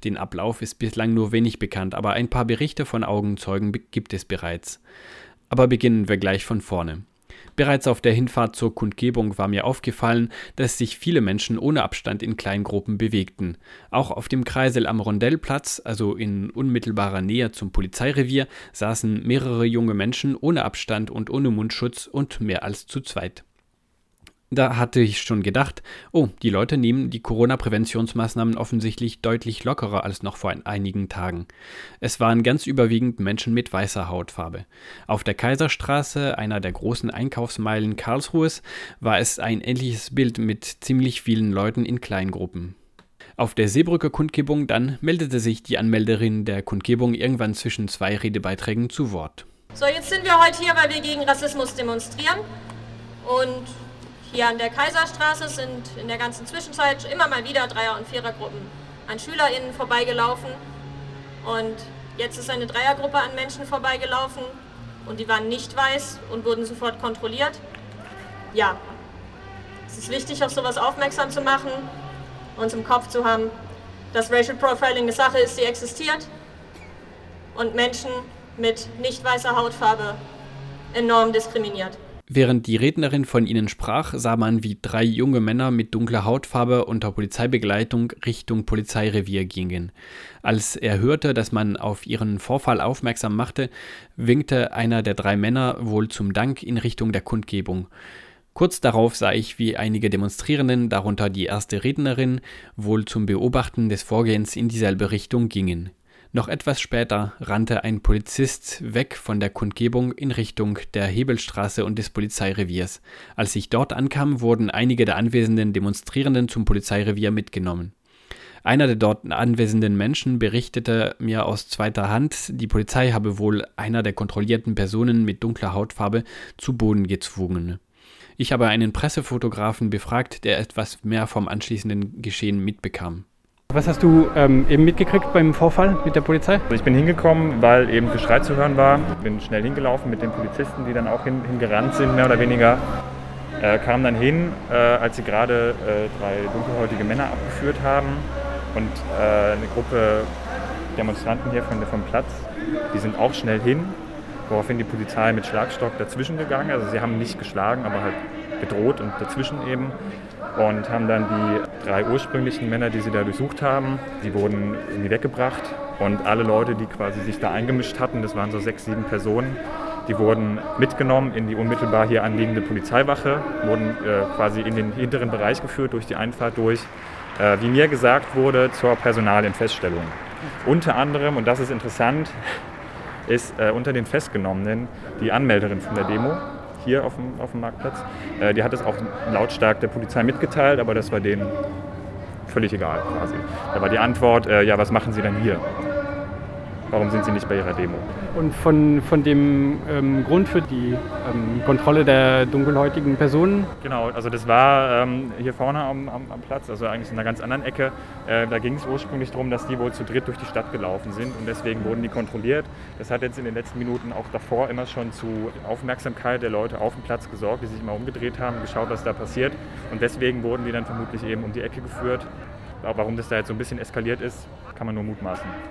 den Ablauf ist bislang nur wenig bekannt, aber ein paar Berichte von Augenzeugen gibt es bereits. Aber beginnen wir gleich von vorne. Bereits auf der Hinfahrt zur Kundgebung war mir aufgefallen, dass sich viele Menschen ohne Abstand in Kleingruppen bewegten. Auch auf dem Kreisel am Rondellplatz, also in unmittelbarer Nähe zum Polizeirevier, saßen mehrere junge Menschen ohne Abstand und ohne Mundschutz und mehr als zu zweit. Da hatte ich schon gedacht, oh, die Leute nehmen die Corona-Präventionsmaßnahmen offensichtlich deutlich lockerer als noch vor einigen Tagen. Es waren ganz überwiegend Menschen mit weißer Hautfarbe. Auf der Kaiserstraße, einer der großen Einkaufsmeilen Karlsruhes, war es ein ähnliches Bild mit ziemlich vielen Leuten in Kleingruppen. Auf der Seebrücker Kundgebung dann meldete sich die Anmelderin der Kundgebung irgendwann zwischen zwei Redebeiträgen zu Wort. So, jetzt sind wir heute hier, weil wir gegen Rassismus demonstrieren und hier an der Kaiserstraße sind in der ganzen Zwischenzeit immer mal wieder Dreier- und Vierergruppen an SchülerInnen vorbeigelaufen. Und jetzt ist eine Dreiergruppe an Menschen vorbeigelaufen und die waren nicht weiß und wurden sofort kontrolliert. Ja, es ist wichtig, auf sowas aufmerksam zu machen, uns im Kopf zu haben, dass Racial Profiling eine Sache ist, die existiert und Menschen mit nicht weißer Hautfarbe enorm diskriminiert. Während die Rednerin von ihnen sprach, sah man, wie 3 junge Männer mit dunkler Hautfarbe unter Polizeibegleitung Richtung Polizeirevier gingen. Als er hörte, dass man auf ihren Vorfall aufmerksam machte, winkte einer der 3 Männer wohl zum Dank in Richtung der Kundgebung. Kurz darauf sah ich, wie einige Demonstrierenden, darunter die erste Rednerin, wohl zum Beobachten des Vorgehens in dieselbe Richtung gingen. Noch etwas später rannte ein Polizist weg von der Kundgebung in Richtung der Hebelstraße und des Polizeireviers. Als ich dort ankam, wurden einige der anwesenden Demonstrierenden zum Polizeirevier mitgenommen. Einer der dort anwesenden Menschen berichtete mir aus zweiter Hand, die Polizei habe wohl einer der kontrollierten Personen mit dunkler Hautfarbe zu Boden gezwungen. Ich habe einen Pressefotografen befragt, der etwas mehr vom anschließenden Geschehen mitbekam. Was hast du eben mitgekriegt beim Vorfall mit der Polizei? Also ich bin hingekommen, weil eben Geschrei zu hören war. Bin schnell hingelaufen mit den Polizisten, die dann auch hingerannt sind, mehr oder weniger. Kam dann hin, als sie gerade 3 dunkelhäutige Männer abgeführt haben und eine Gruppe Demonstranten hier vom Platz, die sind auch schnell hin, woraufhin die Polizei mit Schlagstock dazwischen gegangen. Also sie haben nicht geschlagen, aber halt bedroht und dazwischen eben. Und haben dann die 3 ursprünglichen Männer, die sie da durchsucht haben, die wurden irgendwie weggebracht. Und alle Leute, die quasi sich da eingemischt hatten, das waren so 6, 7 Personen, die wurden mitgenommen in die unmittelbar hier anliegende Polizeiwache, wurden quasi in den hinteren Bereich geführt, durch die Einfahrt durch, wie mir gesagt wurde, zur Personalienfeststellung. Unter anderem, und das ist interessant, ist unter den Festgenommenen die Anmelderin von der Demo, hier auf dem Marktplatz. Die hat es auch lautstark der Polizei mitgeteilt, aber das war denen völlig egal quasi. Da war die Antwort, ja, was machen Sie denn hier? Warum sind Sie nicht bei Ihrer Demo? Und von dem Grund für die Kontrolle der dunkelhäutigen Personen? Genau, also das war hier vorne am Platz, also eigentlich in einer ganz anderen Ecke. Da ging es ursprünglich darum, dass die wohl zu dritt durch die Stadt gelaufen sind und deswegen wurden die kontrolliert. Das hat jetzt in den letzten Minuten auch davor immer schon zu Aufmerksamkeit der Leute auf dem Platz gesorgt, die sich immer umgedreht haben, geschaut, was da passiert. Und deswegen wurden die dann vermutlich eben um die Ecke geführt. Warum das da jetzt so ein bisschen eskaliert ist, kann man nur mutmaßen.